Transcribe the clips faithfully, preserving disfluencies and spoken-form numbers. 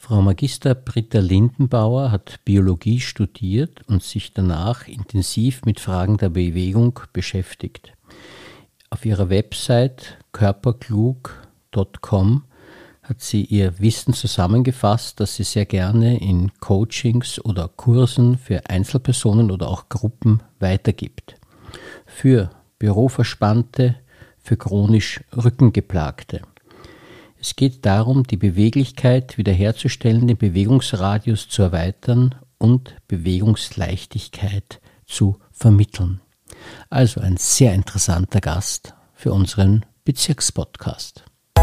Frau Magister Britta Lindenbauer hat Biologie studiert und sich danach intensiv mit Fragen der Bewegung beschäftigt. Auf ihrer Website körperklug punkt com hat sie ihr Wissen zusammengefasst, das sie sehr gerne in Coachings oder Kursen für Einzelpersonen oder auch Gruppen weitergibt. Für Büroverspannte, für chronisch Rückengeplagte. Es geht darum, die Beweglichkeit wiederherzustellen, den Bewegungsradius zu erweitern und Bewegungsleichtigkeit zu vermitteln. Also ein sehr interessanter Gast für unseren Bezirkspodcast.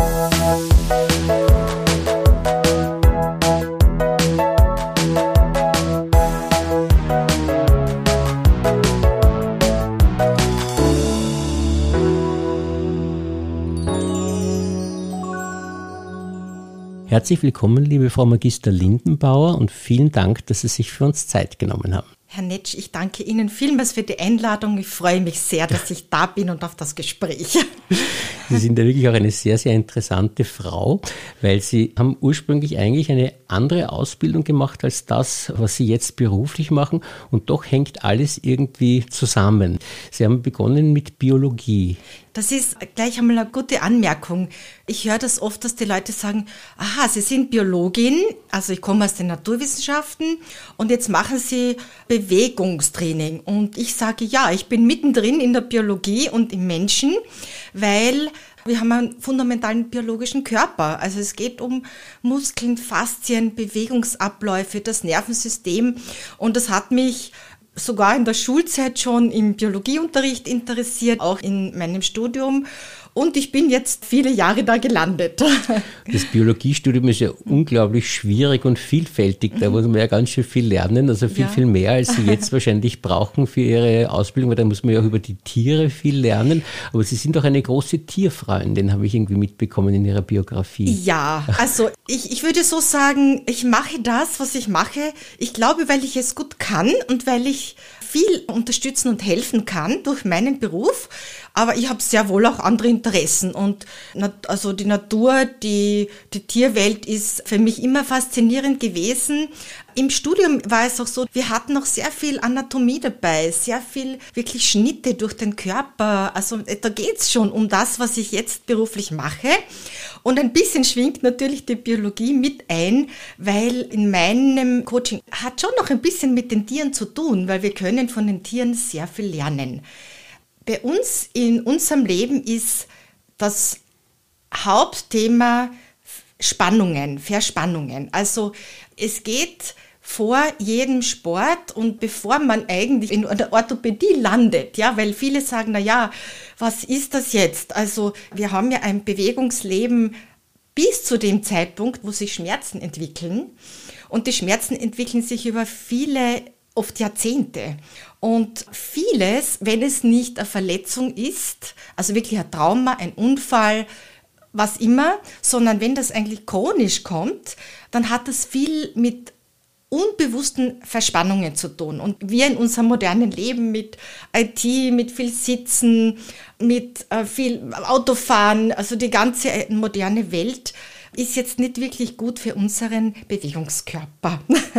Herzlich willkommen, liebe Frau Magister Lindenbauer, und vielen Dank, dass Sie sich für uns Zeit genommen haben. Herr Netsch, ich danke Ihnen vielmals für die Einladung. Ich freue mich sehr, dass ich da bin und auf das Gespräch. Sie sind ja wirklich auch eine sehr, sehr interessante Frau, weil Sie haben ursprünglich eigentlich eine andere Ausbildung gemacht als das, was Sie jetzt beruflich machen, und doch hängt alles irgendwie zusammen. Sie haben begonnen mit Biologie. Das ist gleich einmal eine gute Anmerkung. Ich höre das oft, dass die Leute sagen, aha, Sie sind Biologin, also ich komme aus den Naturwissenschaften und jetzt machen Sie Bewegungstraining. Und ich sage, ja, ich bin mittendrin in der Biologie und im Menschen, weil wir haben einen fundamentalen biologischen Körper. Also es geht um Muskeln, Faszien, Bewegungsabläufe, das Nervensystem, und das hat mich sogar in der Schulzeit schon im Biologieunterricht interessiert, auch in meinem Studium. Und ich bin jetzt viele Jahre da gelandet. Das Biologiestudium ist ja unglaublich schwierig und vielfältig. Da muss man ja ganz schön viel lernen, also viel, ja. viel mehr, als Sie jetzt wahrscheinlich brauchen für Ihre Ausbildung, weil da muss man ja auch über die Tiere viel lernen. Aber Sie sind doch eine große Tierfreundin, habe ich irgendwie mitbekommen in Ihrer Biografie. Ja, also ich, ich würde so sagen, ich mache das, was ich mache. Ich glaube, weil ich es gut kann und weil ich viel unterstützen und helfen kann durch meinen Beruf. Aber ich habe sehr wohl auch andere Interessen, und also die Natur, die, die Tierwelt ist für mich immer faszinierend gewesen. Im Studium war es auch so, wir hatten noch sehr viel Anatomie dabei, sehr viel wirklich Schnitte durch den Körper. Also da geht's schon um das, was ich jetzt beruflich mache. Und ein bisschen schwingt natürlich die Biologie mit ein, weil in meinem Coaching hat schon noch ein bisschen mit den Tieren zu tun, weil wir können von den Tieren sehr viel lernen. Bei uns in unserem Leben ist das Hauptthema Spannungen, Verspannungen. Also es geht vor jedem Sport und bevor man eigentlich in der Orthopädie landet, ja, weil viele sagen, na ja, was ist das jetzt? Also wir haben ja ein Bewegungsleben bis zu dem Zeitpunkt, wo sich Schmerzen entwickeln, und die Schmerzen entwickeln sich über viele, oft Jahrzehnte. Und vieles, wenn es nicht eine Verletzung ist, also wirklich ein Trauma, ein Unfall, was immer, sondern wenn das eigentlich chronisch kommt, dann hat das viel mit unbewussten Verspannungen zu tun. Und wir in unserem modernen Leben mit I T, mit viel Sitzen, mit äh, viel Autofahren, also die ganze moderne Welt ist jetzt nicht wirklich gut für unseren Bewegungskörper.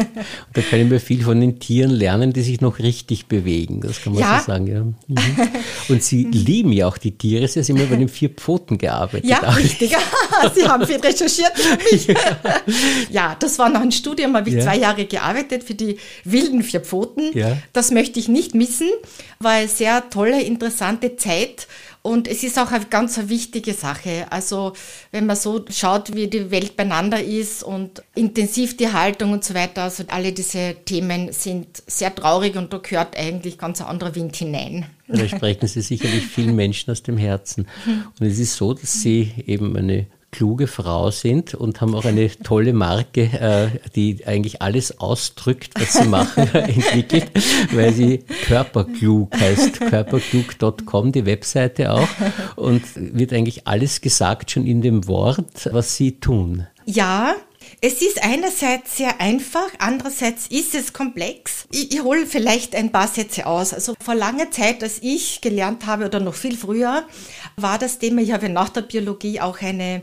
Da können wir viel von den Tieren lernen, die sich noch richtig bewegen, das kann man ja. so sagen. Ja. Mhm. Und Sie lieben ja auch die Tiere, Sie haben immer bei den vier Pfoten gearbeitet. Ja, richtig. Sie haben viel recherchiert für mich. Ja, ja, das war nach einem Studium, habe ich ja. zwei Jahre gearbeitet für die wilden vier Pfoten. Ja. Das möchte ich nicht missen, war eine sehr tolle, interessante Zeit. Und es ist auch eine ganz eine wichtige Sache. Also wenn man so schaut, wie die Welt beieinander ist und intensiv die Haltung und so weiter, also alle diese Themen sind sehr traurig, und da gehört eigentlich ganz ein anderer Wind hinein. Da sprechen Sie sicherlich vielen Menschen aus dem Herzen. Und es ist so, dass Sie eben eine kluge Frau sind und haben auch eine tolle Marke, äh, die eigentlich alles ausdrückt, was sie machen, entwickelt, weil sie Körperklug heißt, körperklug punkt com, die Webseite auch, und wird eigentlich alles gesagt schon in dem Wort, was sie tun. Ja, es ist einerseits sehr einfach, andererseits ist es komplex. Ich, ich hole vielleicht ein paar Sätze aus. Also vor langer Zeit, als ich gelernt habe, oder noch viel früher, war das Thema, ich habe nach der Biologie auch eine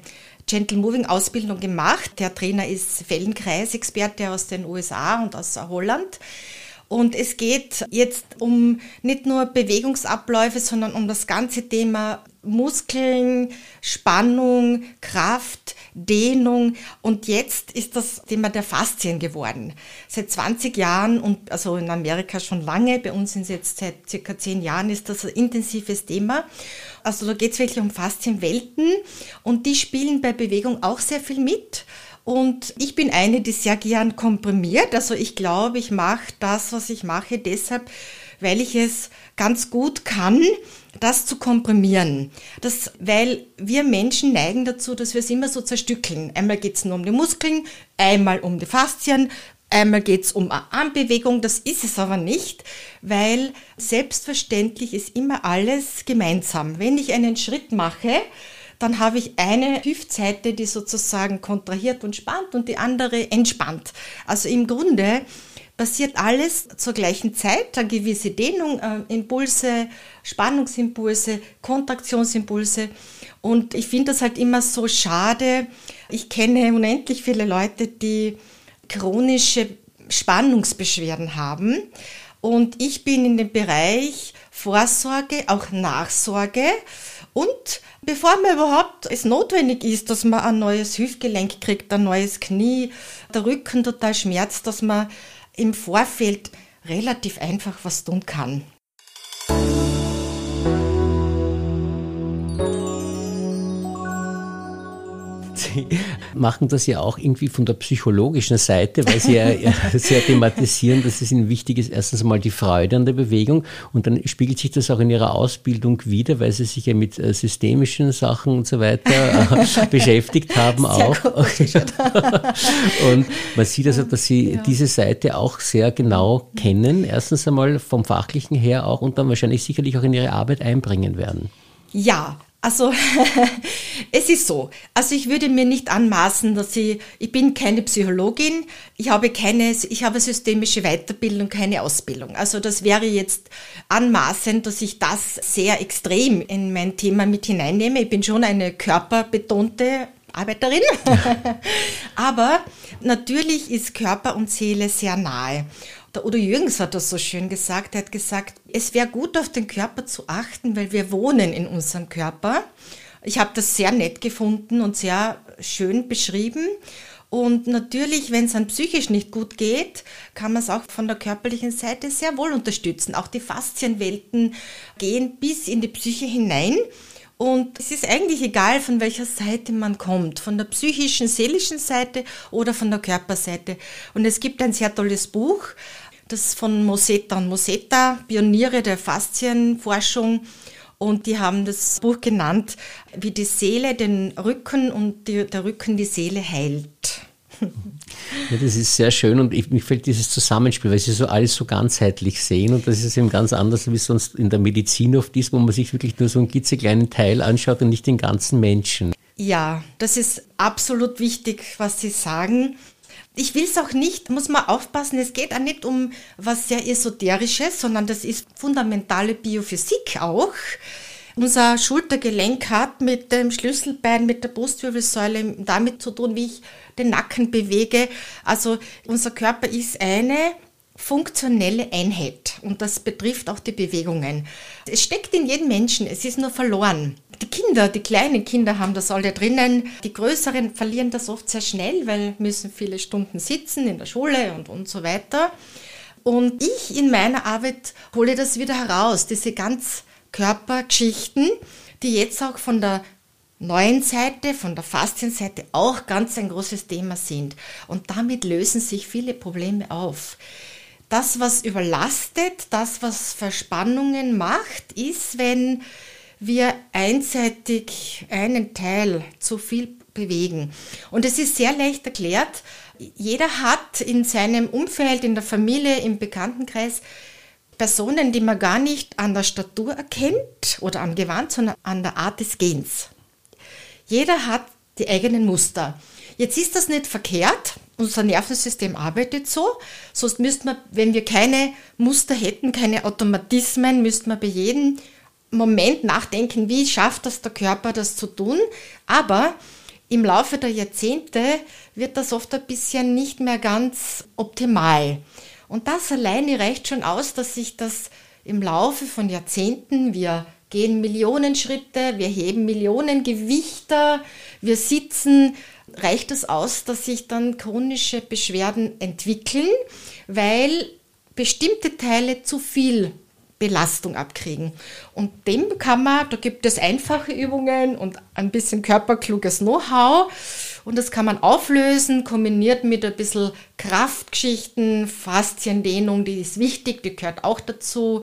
Gentle Moving Ausbildung gemacht. Der Trainer ist Feldenkreisexperte aus den U S A und aus Holland. Und es geht jetzt um nicht nur Bewegungsabläufe, sondern um das ganze Thema Muskeln, Spannung, Kraft, Dehnung. Und jetzt ist das Thema der Faszien geworden. Seit zwanzig Jahren und also in Amerika schon lange, bei uns sind es jetzt seit circa zehn Jahren, ist das ein intensives Thema. Also da geht es wirklich um Faszienwelten und die spielen bei Bewegung auch sehr viel mit. Und ich bin eine, die sehr gern komprimiert. Also ich glaube, ich mache das, was ich mache, deshalb, weil ich es ganz gut kann, das zu komprimieren. Das, weil wir Menschen neigen dazu, dass wir es immer so zerstückeln. Einmal geht es nur um die Muskeln, einmal um die Faszien, einmal geht es um eine Armbewegung. Das ist es aber nicht, weil selbstverständlich ist immer alles gemeinsam. Wenn ich einen Schritt mache, dann habe ich eine Hüftseite, die sozusagen kontrahiert und spannt und die andere entspannt. Also im Grunde passiert alles zur gleichen Zeit, eine gewisse Dehnung, äh, Impulse, Spannungsimpulse, Kontraktionsimpulse. Und ich finde das halt immer so schade. Ich kenne unendlich viele Leute, die chronische Spannungsbeschwerden haben. Und ich bin in dem Bereich Vorsorge, auch Nachsorge. Und bevor man überhaupt es notwendig ist, dass man ein neues Hüftgelenk kriegt, ein neues Knie, der Rücken total schmerzt, dass man im Vorfeld relativ einfach was tun kann. Sie machen das ja auch irgendwie von der psychologischen Seite, weil Sie ja sehr thematisieren, dass es Ihnen wichtig ist, erstens einmal die Freude an der Bewegung und dann spiegelt sich das auch in Ihrer Ausbildung wider, weil Sie sich ja mit systemischen Sachen und so weiter beschäftigt haben auch. Und man sieht also, dass Sie ja. diese Seite auch sehr genau kennen, erstens einmal vom Fachlichen her auch und dann wahrscheinlich sicherlich auch in Ihre Arbeit einbringen werden. Ja, also es ist so, also ich würde mir nicht anmaßen, dass ich, ich bin keine Psychologin, ich habe keine, ich habe systemische Weiterbildung, keine Ausbildung. Also das wäre jetzt anmaßend, dass ich das sehr extrem in mein Thema mit hineinnehme. Ich bin schon eine körperbetonte Arbeiterin, aber natürlich ist Körper und Seele sehr nahe. Der Udo Jürgens hat das so schön gesagt, er hat gesagt, es wäre gut, auf den Körper zu achten, weil wir wohnen in unserem Körper. Ich habe das sehr nett gefunden und sehr schön beschrieben. Und natürlich, wenn es einem psychisch nicht gut geht, kann man es auch von der körperlichen Seite sehr wohl unterstützen. Auch die Faszienwelten gehen bis in die Psyche hinein. Und es ist eigentlich egal, von welcher Seite man kommt, von der psychischen, seelischen Seite oder von der Körperseite. Und es gibt ein sehr tolles Buch, das von Mosetta und Mosetta, Pioniere der Faszienforschung. Und die haben das Buch genannt, wie die Seele den Rücken und die, der Rücken die Seele heilt. Ja, das ist sehr schön und ich, mir gefällt dieses Zusammenspiel, weil sie so alles so ganzheitlich sehen und das ist eben ganz anders, wie es sonst in der Medizin oft ist, wo man sich wirklich nur so einen klitzekleinen Teil anschaut und nicht den ganzen Menschen. Ja, das ist absolut wichtig, was Sie sagen. Ich will es auch nicht, muss man aufpassen, es geht auch nicht um was sehr Esoterisches, sondern das ist fundamentale Biophysik auch. Unser Schultergelenk hat mit dem Schlüsselbein, mit der Brustwirbelsäule damit zu tun, wie ich den Nacken bewege. Also unser Körper ist eine funktionelle Einheit und das betrifft auch die Bewegungen. Es steckt in jedem Menschen, es ist nur verloren. Die Kinder, die kleinen Kinder haben das alle drinnen. Die Größeren verlieren das oft sehr schnell, weil müssen viele Stunden sitzen in der Schule und, und so weiter. Und ich in meiner Arbeit hole das wieder heraus, diese ganz Körpergeschichten, die jetzt auch von der neuen Seite, von der Faszienseite auch ganz ein großes Thema sind. Und damit lösen sich viele Probleme auf. Das, was überlastet, das, was Verspannungen macht, ist, wenn wir einseitig einen Teil zu viel bewegen. Und es ist sehr leicht erklärt. Jeder hat in seinem Umfeld, in der Familie, im Bekanntenkreis Personen, die man gar nicht an der Statur erkennt oder am Gewand, sondern an der Art des Gehens. Jeder hat die eigenen Muster. Jetzt ist das nicht verkehrt. Unser Nervensystem arbeitet so. Sonst müsste man, wenn wir keine Muster hätten, keine Automatismen, müsste man bei jedem Moment nachdenken, wie schafft das der Körper, das zu tun. Aber im Laufe der Jahrzehnte wird das oft ein bisschen nicht mehr ganz optimal. Und das alleine reicht schon aus, dass sich das im Laufe von Jahrzehnten, wir gehen Millionen Schritte, wir heben Millionen Gewichte, wir sitzen, reicht es aus, dass sich dann chronische Beschwerden entwickeln, weil bestimmte Teile zu viel Belastung abkriegen. Und dem kann man, da gibt es einfache Übungen und ein bisschen körperkluges Know-how und das kann man auflösen, kombiniert mit ein bisschen Kraftgeschichten, Fasziendehnung, die ist wichtig, die gehört auch dazu.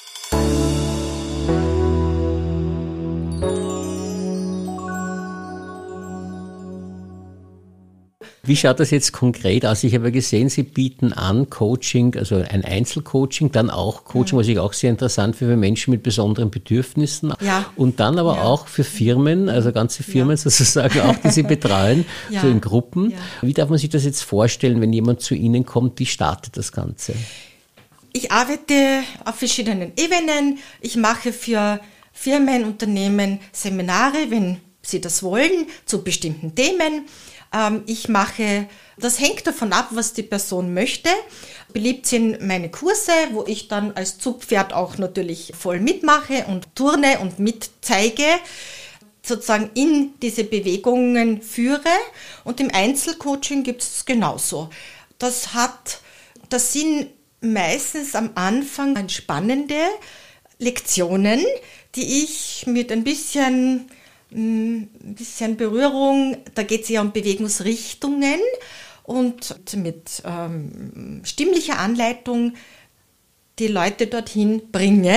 Wie schaut das jetzt konkret aus? Ich habe ja gesehen, Sie bieten an Coaching, also ein Einzelcoaching, dann auch Coaching, was ich auch sehr interessant finde für Menschen mit besonderen Bedürfnissen. Ja. Und dann aber ja. auch für Firmen, also ganze Firmen ja. sozusagen auch, die Sie betreuen, ja. so in Gruppen. Ja. Wie darf man sich das jetzt vorstellen, wenn jemand zu Ihnen kommt? Wie startet das Ganze? Ich arbeite auf verschiedenen Ebenen. Ich mache für Firmen, Unternehmen Seminare, wenn sie das wollen, zu bestimmten Themen. Ich mache, das hängt davon ab, was die Person möchte. Beliebt sind meine Kurse, wo ich dann als Zugpferd auch natürlich voll mitmache und turne und mitzeige, sozusagen in diese Bewegungen führe. Und im Einzelcoaching gibt es genauso. Das hat, das sind meistens am Anfang spannende Lektionen, die ich mit ein bisschen ein bisschen Berührung, da geht es ja um Bewegungsrichtungen und mit ähm, stimmlicher Anleitung die Leute dorthin bringe.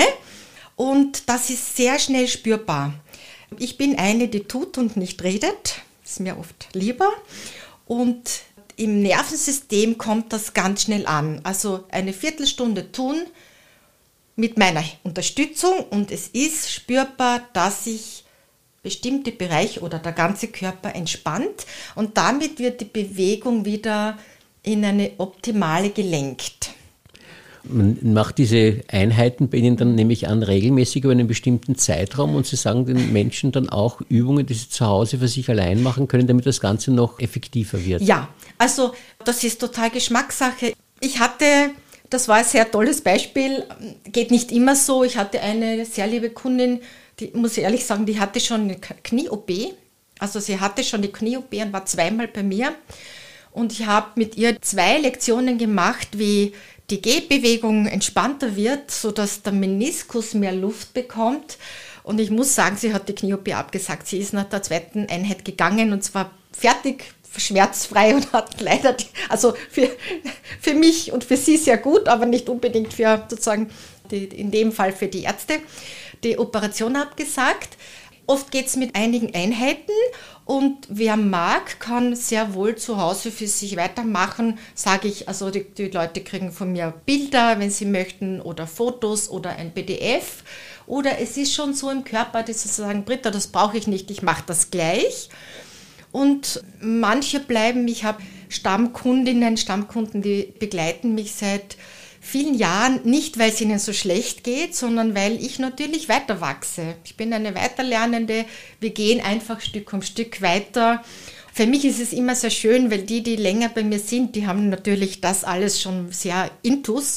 Und das ist sehr schnell spürbar. Ich bin eine, die tut und nicht redet, ist mir oft lieber. Und im Nervensystem kommt das ganz schnell an. Also eine Viertelstunde tun mit meiner Unterstützung und es ist spürbar, dass ich bestimmte Bereiche oder der ganze Körper entspannt und damit wird die Bewegung wieder in eine optimale gelenkt. Man macht diese Einheiten bei Ihnen dann, nehme ich an, regelmäßig über einen bestimmten Zeitraum und Sie sagen den Menschen dann auch Übungen, die sie zu Hause für sich allein machen können, damit das Ganze noch effektiver wird. Ja, also das ist total Geschmackssache. Ich hatte, das war ein sehr tolles Beispiel, geht nicht immer so, ich hatte eine sehr liebe Kundin, die, muss ich ehrlich sagen, die hatte schon eine Knie-O P. Also sie hatte schon die Knie-O P und war zweimal bei mir. Und ich habe mit ihr zwei Lektionen gemacht, wie die Gehbewegung entspannter wird, sodass der Meniskus mehr Luft bekommt. Und ich muss sagen, sie hat die Knie-O P abgesagt. Sie ist nach der zweiten Einheit gegangen und zwar fertig, schmerzfrei und hat leider, die, also für, für mich und für sie sehr gut, aber nicht unbedingt für sozusagen, die, in dem Fall für die Ärzte, die Operation abgesagt. Oft geht es mit einigen Einheiten und wer mag, kann sehr wohl zu Hause für sich weitermachen, sage ich, also die, die Leute kriegen von mir Bilder, wenn sie möchten, oder Fotos oder ein P D F. Oder es ist schon so im Körper, dass sie sagen, Britta, das brauche ich nicht, ich mache das gleich. Und manche bleiben, ich habe Stammkundinnen, Stammkunden, die begleiten mich seit vielen Jahren, nicht weil es ihnen so schlecht geht, sondern weil ich natürlich weiter wachse. Ich bin eine Weiterlernende, wir gehen einfach Stück um Stück weiter. Für mich ist es immer sehr schön, weil die, die länger bei mir sind, die haben natürlich das alles schon sehr intus.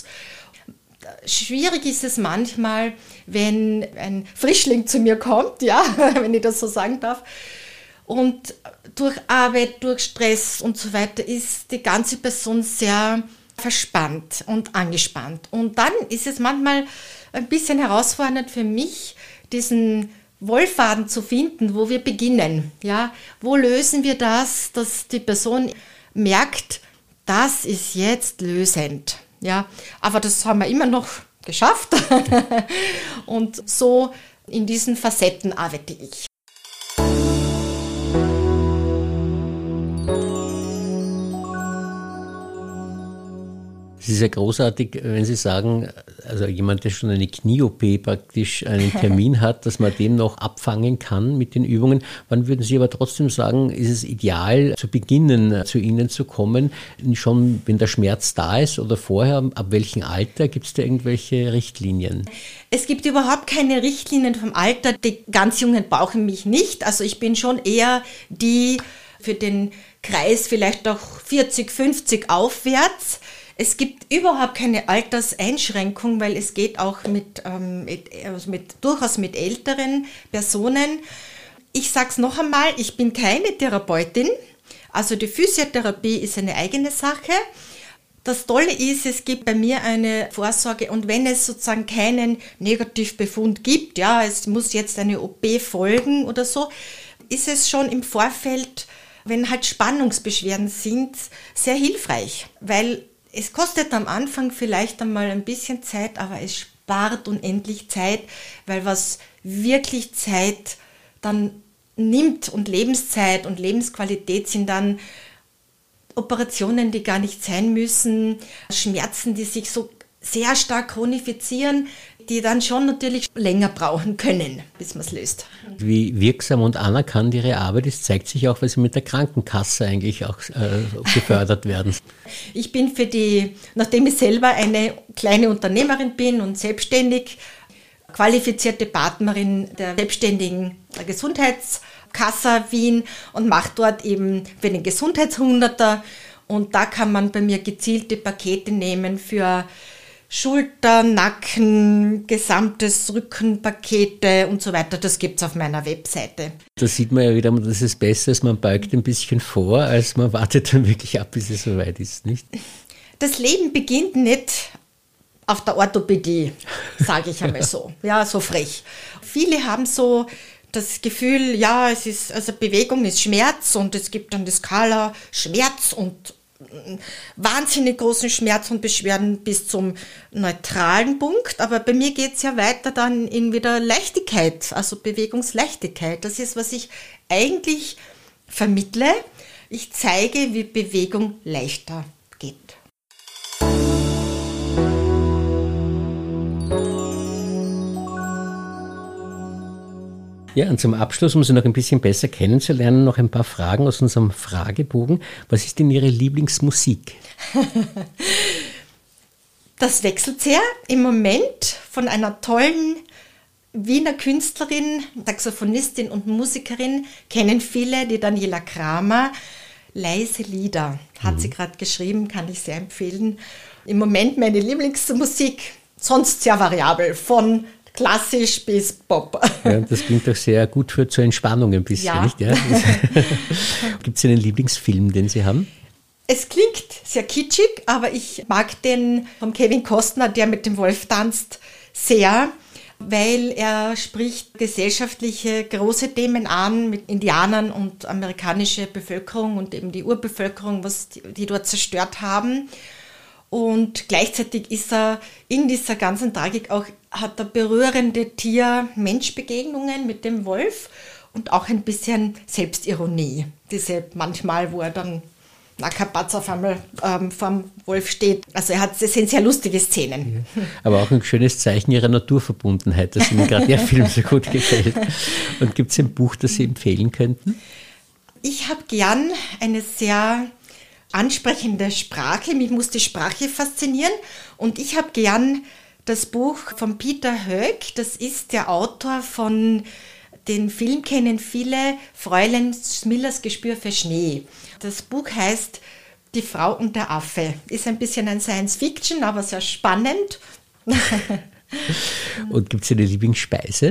Schwierig ist es manchmal, wenn ein Frischling zu mir kommt, ja, wenn ich das so sagen darf. Und durch Arbeit, durch Stress und so weiter ist die ganze Person sehr verspannt und angespannt. Und dann ist es manchmal ein bisschen herausfordernd für mich, diesen Wohlfaden zu finden, wo wir beginnen. Ja? Wo lösen wir das, dass die Person merkt, das ist jetzt lösend. Ja? Aber das haben wir immer noch geschafft. Und so in diesen Facetten arbeite ich. Es ist ja großartig, wenn Sie sagen, also jemand, der schon eine Knie-O P praktisch einen Termin hat, dass man den noch abfangen kann mit den Übungen. Wann würden Sie aber trotzdem sagen, ist es ideal, zu beginnen, zu Ihnen zu kommen, schon wenn der Schmerz da ist oder vorher? Ab welchem Alter? Gibt es da irgendwelche Richtlinien? Es gibt überhaupt keine Richtlinien vom Alter. Die ganz Jungen brauchen mich nicht. Also ich bin schon eher die für den Kreis vielleicht auch vierzig, fünfzig aufwärts. Es gibt überhaupt keine Alterseinschränkung, weil es geht auch mit, ähm, mit, also mit durchaus mit älteren Personen. Ich sage es noch einmal, ich bin keine Therapeutin, also die Physiotherapie ist eine eigene Sache. Das Tolle ist, es gibt bei mir eine Vorsorge und wenn es sozusagen keinen Negativbefund gibt, ja, es muss jetzt eine O P folgen oder so, ist es schon im Vorfeld, wenn halt Spannungsbeschwerden sind, sehr hilfreich, weil es kostet am Anfang vielleicht einmal ein bisschen Zeit, aber es spart unendlich Zeit, weil was wirklich Zeit dann nimmt und Lebenszeit und Lebensqualität sind dann Operationen, die gar nicht sein müssen, Schmerzen, die sich so sehr stark chronifizieren, die dann schon natürlich länger brauchen können, bis man es löst. Wie wirksam und anerkannt Ihre Arbeit ist, zeigt sich auch, weil Sie mit der Krankenkasse eigentlich auch äh, gefördert werden. Ich bin für die, nachdem ich selber eine kleine Unternehmerin bin und selbstständig, qualifizierte Partnerin der selbstständigen Gesundheitskasse Wien und mache dort eben für den Gesundheitshunderter. Und da kann man bei mir gezielte Pakete nehmen für Schulter, Nacken, gesamtes Rückenpakete und so weiter. Das gibt es auf meiner Webseite. Da sieht man ja wieder, das ist besser, als man beugt ein bisschen vor, als man wartet dann wirklich ab, bis es soweit ist, nicht? Das Leben beginnt nicht auf der Orthopädie, sage ich einmal so. Ja, so frech. Viele haben so das Gefühl, ja, es ist, also Bewegung ist Schmerz und es gibt dann die Skala Schmerz und wahnsinnig großen Schmerz und Beschwerden bis zum neutralen Punkt. Aber bei mir geht es ja weiter dann in wieder Leichtigkeit, also Bewegungsleichtigkeit. Das ist, was ich eigentlich vermittle. Ich zeige, wie Bewegung leichter geht. Ja, und zum Abschluss, um Sie noch ein bisschen besser kennenzulernen, noch ein paar Fragen aus unserem Fragebogen. Was ist denn Ihre Lieblingsmusik? Das wechselt sehr. Im Moment von einer tollen Wiener Künstlerin, Saxophonistin und Musikerin, kennen viele, die Daniela Kramer. Leise Lieder hat mhm. sie gerade geschrieben, kann ich sehr empfehlen. Im Moment meine Lieblingsmusik, sonst sehr variabel, von klassisch bis Pop. Ja, das klingt doch sehr gut für zur Entspannung ein bisschen, ja. Nicht? Ja? Gibt es einen Lieblingsfilm, den Sie haben? Es klingt sehr kitschig, aber ich mag den von Kevin Costner, der mit dem Wolf tanzt, sehr, weil er spricht gesellschaftliche große Themen an mit Indianern und amerikanische Bevölkerung und eben die Urbevölkerung, was die, die dort zerstört haben. Und gleichzeitig ist er in dieser ganzen Tragik auch, hat er berührende Tier-Mensch-Begegnungen mit dem Wolf und auch ein bisschen Selbstironie. Diese manchmal, wo er dann Nackerpatz auf einmal ähm, vorm Wolf steht. Also er hat, das sind sehr lustige Szenen. Ja, aber auch ein schönes Zeichen Ihrer Naturverbundenheit, dass Ihnen gerade der Film so gut gefällt. Und gibt es ein Buch, das Sie empfehlen könnten? Ich habe gern eine sehr ansprechende Sprache. Mich muss die Sprache faszinieren. Und ich habe gern das Buch von Peter Hoeg. Das ist der Autor von, den Film kennen viele, Fräulein Smillers Gespür für Schnee. Das Buch heißt Die Frau und der Affe. Ist ein bisschen ein Science-Fiction, aber sehr spannend. Und gibt es eine Lieblingsspeise?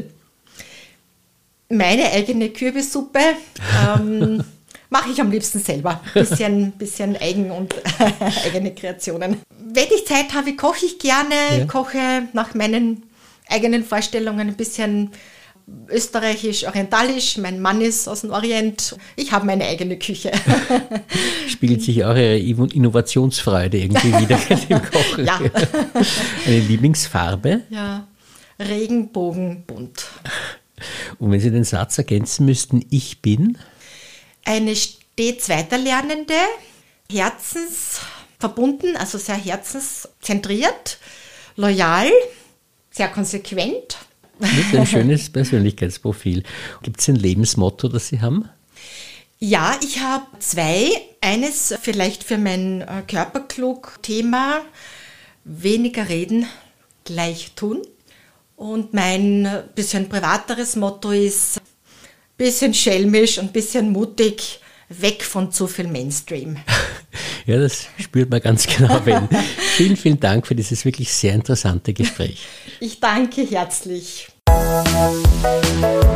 Meine eigene Kürbissuppe. ähm, Mache ich am liebsten selber. Bisschen, bisschen eigen und eigene Kreationen. Wenn ich Zeit habe, koche ich gerne. Ja. Koche nach meinen eigenen Vorstellungen ein bisschen österreichisch, orientalisch. Mein Mann ist aus dem Orient. Ich habe meine eigene Küche. Spiegelt sich auch Ihre Innovationsfreude irgendwie wieder im Kochen. Ja. Eine Lieblingsfarbe? Ja, Regenbogenbunt. Und wenn Sie den Satz ergänzen müssten, ich bin? Eine stets Weiterlernende, herzensverbunden, also sehr herzenszentriert, loyal, sehr konsequent. Das ist ein schönes Persönlichkeitsprofil. Gibt es ein Lebensmotto, das Sie haben? Ja, ich habe zwei. Eines vielleicht für mein Körperklug-Thema, weniger reden, gleich tun. Und mein bisschen privateres Motto ist, bisschen schelmisch und bisschen mutig, weg von zu viel Mainstream. Ja, das spürt man ganz genau. Ben. Vielen, vielen Dank für dieses wirklich sehr interessante Gespräch. Ich danke herzlich.